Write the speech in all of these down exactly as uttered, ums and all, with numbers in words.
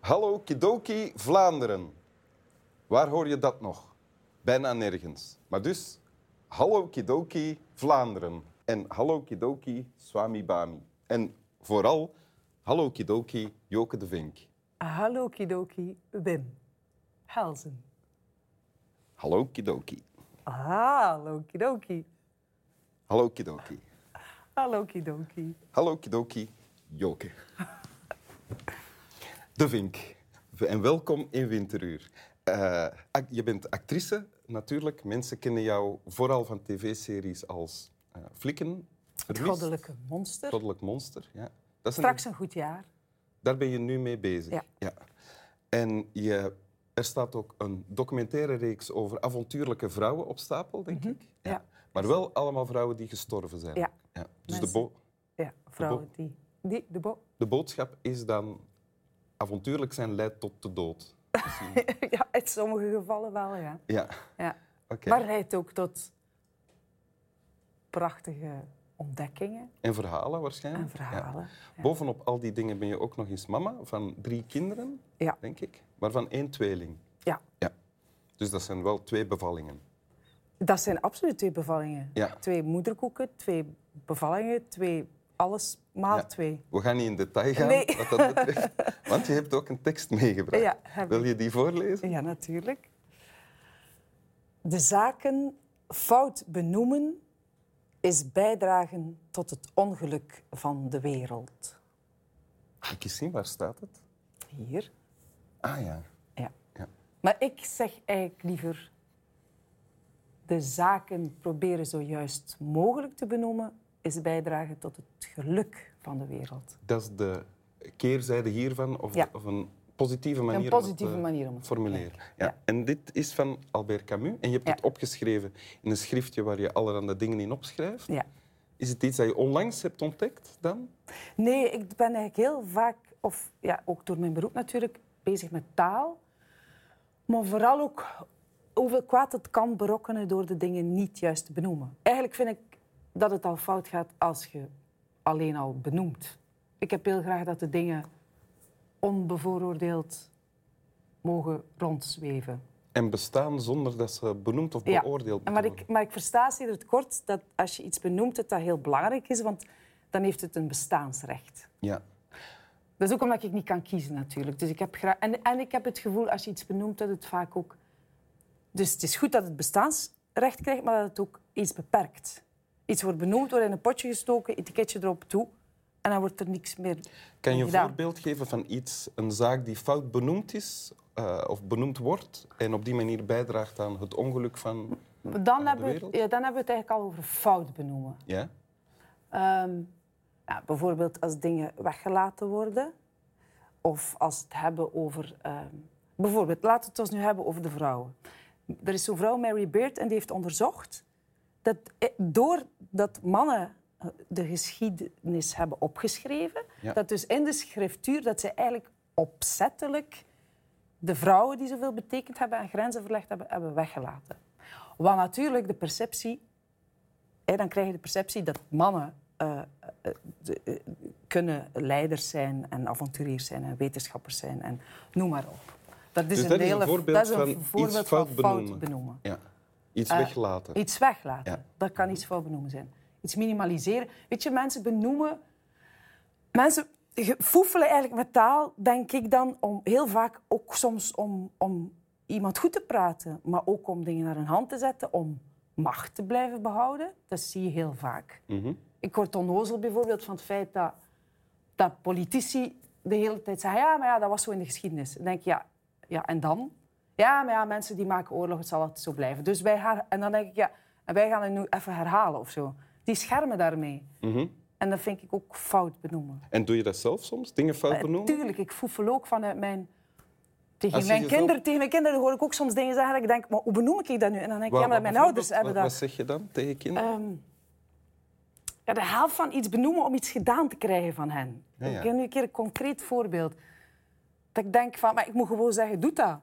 Hallo Kidoki Vlaanderen. Waar hoor je dat nog? Bijna nergens. Maar dus, hallo Kidoki Vlaanderen. En hallo Kidoki Swami Bami. En vooral, hallo Kidoki Joke de Vink. Hallo Kidoki Wim Helsen. Hallo Kidoki. Hallo Kidoki. Hallo Kidoki. Hallo Kidoki. Hallo Kidoki Joke. De Vink. En welkom in Winteruur. Uh, je bent actrice, natuurlijk. Mensen kennen jou vooral van tv-series als uh, Flikken. Het goddelijke monster. Goddelijk monster, ja. Dat is Straks een... een goed jaar. Daar ben je nu mee bezig. Ja. ja. En je... er staat ook een documentaire reeks over avontuurlijke vrouwen op stapel, denk Mm-hmm. ik. Ja. Ja. Maar wel allemaal vrouwen die gestorven zijn. Ja. ja. Dus Mensen... de, bo... ja, vrouwen de bo... die... die de, bo... de boodschap is dan... avontuurlijk zijn leidt tot de dood. Ja, in sommige gevallen wel, ja. Ja. ja. Okay. Maar leidt ook tot prachtige ontdekkingen. En verhalen waarschijnlijk. En verhalen. Ja. Ja. Bovenop al die dingen ben je ook nog eens mama van drie kinderen, ja. denk ik. Waarvan één tweeling. Ja. ja. Dus dat zijn wel twee bevallingen. Dat zijn absoluut twee bevallingen. Ja. Twee moederkoeken, twee bevallingen, twee... alles maal ja. twee. We gaan niet in detail gaan, nee. wat dat betreft. Want je hebt ook een tekst meegebracht. Ja, Wil je die voorlezen? Ja, natuurlijk. De zaken fout benoemen is bijdragen tot het ongeluk van de wereld. Ik eens zien, waar staat het? Hier. Ah ja. ja. ja. Maar ik zeg eigenlijk liever... de zaken proberen zo juist mogelijk te benoemen... is bijdragen tot het geluk van de wereld. Dat is de keerzijde hiervan? Of, ja. of een positieve manier, een positieve om het, uh, manier om het formuleren? te ja. ja. En dit is van Albert Camus. En je hebt ja. het opgeschreven in een schriftje waar je allerhande dingen in opschrijft. Ja. Is het iets dat je onlangs hebt ontdekt dan? Nee, ik ben eigenlijk heel vaak, of ja, ook door mijn beroep natuurlijk, bezig met taal. Maar vooral ook hoeveel kwaad het kan berokkenen door de dingen niet juist te benoemen. Eigenlijk vind ik dat het al fout gaat als je alleen al benoemt. Ik heb heel graag dat de dingen onbevooroordeeld mogen rondzweven. En bestaan zonder dat ze benoemd of ja. beoordeeld maar worden. ik, maar ik versta het kort dat als je iets benoemt, dat dat heel belangrijk is, want dan heeft het een bestaansrecht. Ja. Dat is ook omdat ik niet kan kiezen, natuurlijk. Dus ik heb graag... en, en ik heb het gevoel, als je iets benoemt, dat het vaak ook... Dus het is goed dat het bestaansrecht krijgt, maar dat het ook iets beperkt. Iets wordt benoemd, wordt in een potje gestoken, etiketje erop toe, en dan wordt er niks meer Kan je een gedaan. voorbeeld geven van iets, een zaak die fout benoemd is, uh, of benoemd wordt, en op die manier bijdraagt aan het ongeluk van dan de hebben wereld? We, ja, dan hebben we het eigenlijk al over fout benoemen. Ja? Um, ja, bijvoorbeeld als dingen weggelaten worden, of als het hebben over... Um, bijvoorbeeld, laten we het ons nu hebben over de vrouwen. Er is zo'n vrouw, Mary Beard, en die heeft onderzocht dat doordat mannen de geschiedenis hebben opgeschreven, ja. dat dus in de schriftuur dat ze eigenlijk opzettelijk de vrouwen die zoveel betekend hebben en grenzen verlegd hebben, hebben weggelaten. Want natuurlijk de perceptie... Hè, dan krijg je de perceptie dat mannen uh, uh, de, uh, kunnen leiders zijn en avonturiers zijn en wetenschappers zijn en noem maar op. Dat is dus een, dat hele, is een voorbeeld dat is een van voorbeeld iets fout van benoemen. fout benoemen. Ja. Iets Uh, weglaten. Iets weglaten. Ja. Dat kan iets fout benoemen zijn. Iets minimaliseren. Weet je, mensen benoemen... Mensen foefelen eigenlijk met taal, denk ik dan, om heel vaak ook soms om, om iemand goed te praten, maar ook om dingen naar hun hand te zetten, om macht te blijven behouden. Dat zie je heel vaak. Mm-hmm. Ik word onnozel bijvoorbeeld van het feit dat, dat politici de hele tijd zeggen ja, maar ja, dat was zo in de geschiedenis. Dan denk ik, ja, ja, en dan? Ja, maar ja, mensen die maken oorlog, het zal altijd zo blijven. Dus wij her... En dan denk ik, ja, en wij gaan het nu even herhalen of zo. Die schermen daarmee. Mm-hmm. En dat vind ik ook fout benoemen. En doe je dat zelf soms? Dingen fout benoemen? Tuurlijk, ik foefel ook vanuit mijn... Tegen Als je mijn, jezelf... kinderen, tegen mijn kinderen hoor ik ook soms dingen zeggen dat ik denk, maar hoe benoem ik dat nu? En dan denk ik, Wat, ja, maar wat mijn ouders wat, hebben wat, dat... Wat zeg je dan tegen kinderen? Um, ja, de helft van iets benoemen om iets gedaan te krijgen van hen. Ja, ja. Ik geef nu een keer een concreet voorbeeld. Dat ik denk van, maar ik moet gewoon zeggen, doe dat.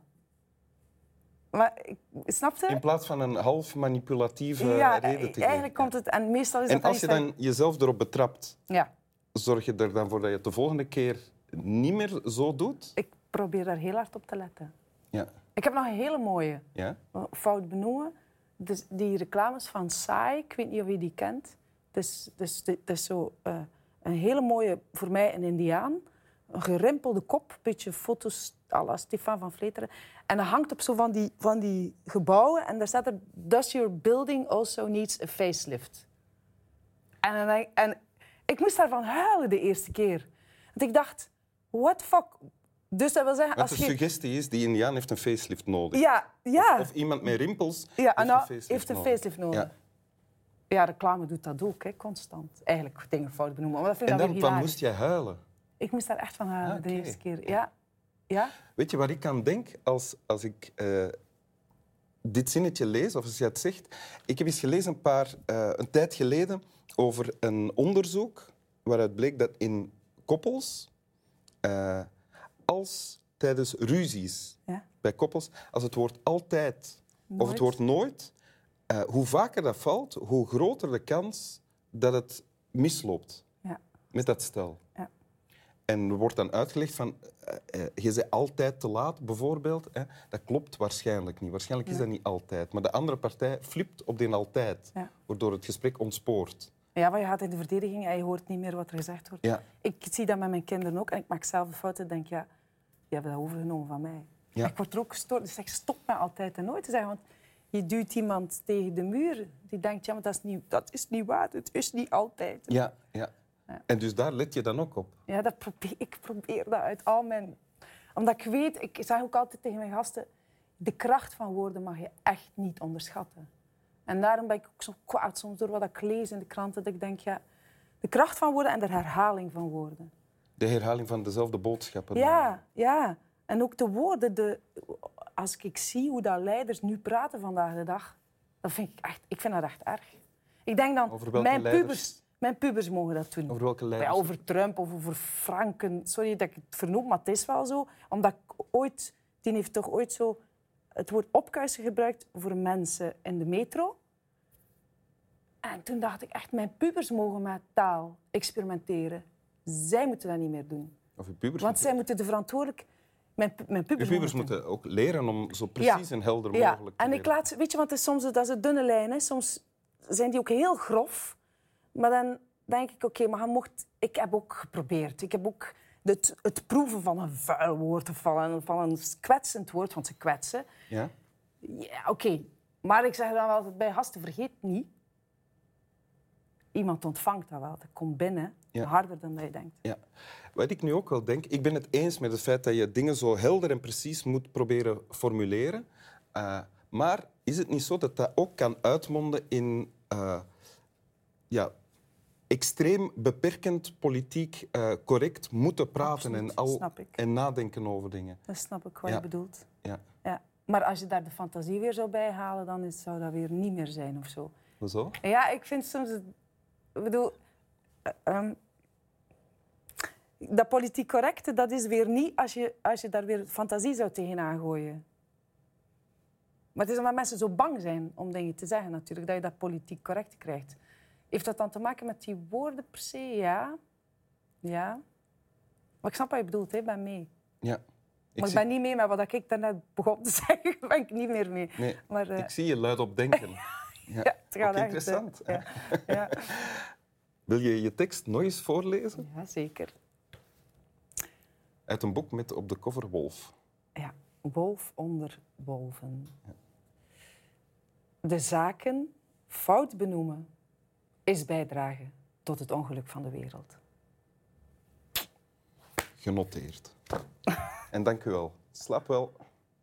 Maar, ik, snap je? In plaats van een half manipulatieve ja, reden te geven. eigenlijk komt het... En meestal is En het als je iets dan jezelf erop betrapt, van, ja. zorg je er dan voor dat je het de volgende keer niet meer zo doet? Ik probeer daar heel hard op te letten. Ja. Ik heb nog een hele mooie. Ja? Fout benoemen. Dus die reclames van Sai, ik weet niet of je die kent. Dus, dus, het is zo uh, een hele mooie, voor mij een Indiaan. Een gerimpelde kop, een beetje foto's à la Stefan van Vleteren. En dat hangt op zo van die, van die gebouwen. En daar staat er, does your building also needs a facelift? En, dan denk, en ik moest daarvan huilen de eerste keer. Want ik dacht, what the fuck? Dus dat wil zeggen... Wat als de je... suggestie is, die Indiaan heeft een facelift nodig. Ja, ja. Of, of iemand met rimpels ja, heeft, nou, een facelift heeft een nodig. facelift nodig. Ja. Ja, reclame doet dat ook, hè, constant. Eigenlijk dingen fout benoemen. Maar dat vind ik En dan dan, weer dan hilarisch. moest jij huilen. Ik moest daar echt van huilen Ah, de oké. eerste keer. Ja. Ja? Weet je waar ik aan denk als, als ik uh, dit zinnetje lees, of als je het zegt? Ik heb eens gelezen een, paar, uh, een tijd geleden over een onderzoek waaruit bleek dat in koppels, uh, als tijdens ruzies Ja. bij koppels, als het woord altijd Nooit. of het woord nooit, uh, hoe vaker dat valt, hoe groter de kans dat het misloopt Ja. met dat stel. Ja. En er wordt dan uitgelegd van, uh, uh, je bent altijd te laat, bijvoorbeeld. Hè. Dat klopt waarschijnlijk niet. Waarschijnlijk is Nee. dat niet altijd. Maar de andere partij flipt op die altijd, Ja. waardoor het gesprek ontspoort. Ja, maar je gaat in de verdediging en je hoort niet meer wat er gezegd wordt. Ja. Ik zie dat met mijn kinderen ook. En ik maak zelf de fouten en denk, ja, die hebben dat overgenomen van mij. Ja. Ik word er ook gestoord. Dus ik zeg, stop met altijd en nooit te zeggen. Want je duwt iemand tegen de muur. Die denkt, ja, maar dat is niet, dat is niet waar. Het is niet altijd. Ja, ja. Ja. En dus daar let je dan ook op. Ja, dat probeer, ik probeer dat uit al mijn... Omdat ik weet, ik zeg ook altijd tegen mijn gasten, de kracht van woorden mag je echt niet onderschatten. En daarom ben ik ook zo kwaad soms door wat ik lees in de kranten, dat ik denk, ja, de kracht van woorden en de herhaling van woorden. De herhaling van dezelfde boodschappen. Ja, ja. En ook de woorden, de, als ik zie hoe dat leiders nu praten vandaag de dag, dat vind ik echt, ik vind dat echt erg. Ik denk dan, Over welke mijn leiders? pubers... Mijn pubers mogen dat doen. Over welke leiders? Ja, over Trump of over Franken. Sorry dat ik het vernoem, maar het is wel zo. Omdat ik ooit... Die heeft toch ooit zo het woord opkuisen gebruikt voor mensen in de metro. En toen dacht ik echt, mijn pubers mogen met taal experimenteren. Zij moeten dat niet meer doen. Of je pubers Want zij moeten de verantwoordelijk... Mijn, pu- mijn pubers, Je pubers mogen moeten ook leren om zo precies Ja. en helder ja. mogelijk te En ik leren. laat... Weet je, want het is soms dat is een dunne lijn. Hè. Soms zijn die ook heel grof. Maar dan denk ik, oké, maar je mocht... Ik heb ook geprobeerd. Ik heb ook het, het proeven van een vuil woord of van een, van een kwetsend woord, want ze kwetsen. Ja? Ja, oké. Okay. Maar ik zeg dan wel altijd bij gasten, vergeet niet. Iemand ontvangt dat wel. Dat komt binnen, Ja. harder dan dat je denkt. Ja. Wat ik nu ook wel denk, ik ben het eens met het feit dat je dingen zo helder en precies moet proberen formuleren. Uh, maar is het niet zo dat dat ook kan uitmonden in uh, ja, extreem beperkend politiek uh, correct moeten praten Absoluut, en, al, snap ik. en nadenken over dingen? Dat snap ik wat Ja. je bedoelt. Ja. Ja. Maar als je daar de fantasie weer zou bijhalen, dan is, zou dat weer niet meer zijn of zo. Hoezo? Ja, ik vind soms... het- Ik bedoel... uh, um, dat politiek correcte, dat is weer niet als je, als je daar weer fantasie zou tegenaan gooien. Maar het is omdat mensen zo bang zijn om dingen te zeggen, natuurlijk, dat je dat politiek correct krijgt. Heeft dat dan te maken met die woorden per se? Ja. Ja. Maar ik snap wat je bedoelt, hè. Ik ben mee. Ja. Ik Maar zie, ik ben niet mee met wat ik daarnet begon te zeggen. Daar ben ik niet meer mee. nee, Maar, uh, ik zie je luid op denken. Ja. ja, het gaat Ook echt, interessant. uh, ja. Ja. Wil je je tekst nog eens voorlezen? Ja, zeker. Uit een boek met op de cover Wolf. Ja, wolf onder wolven. Ja. De zaken fout benoemen is bijdragen tot het ongeluk van de wereld. Genoteerd. En dank u wel. Slaap wel.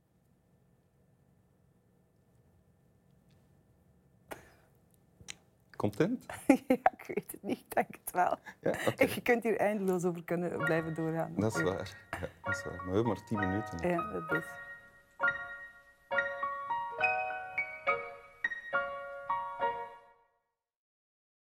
Content? Ja, ik weet het niet. Ik denk het wel. Ja, oké. Je kunt hier eindeloos over kunnen blijven doorgaan. Dat is waar. Ja, dat is waar. Maar we hebben maar tien minuten. Ja, dat is...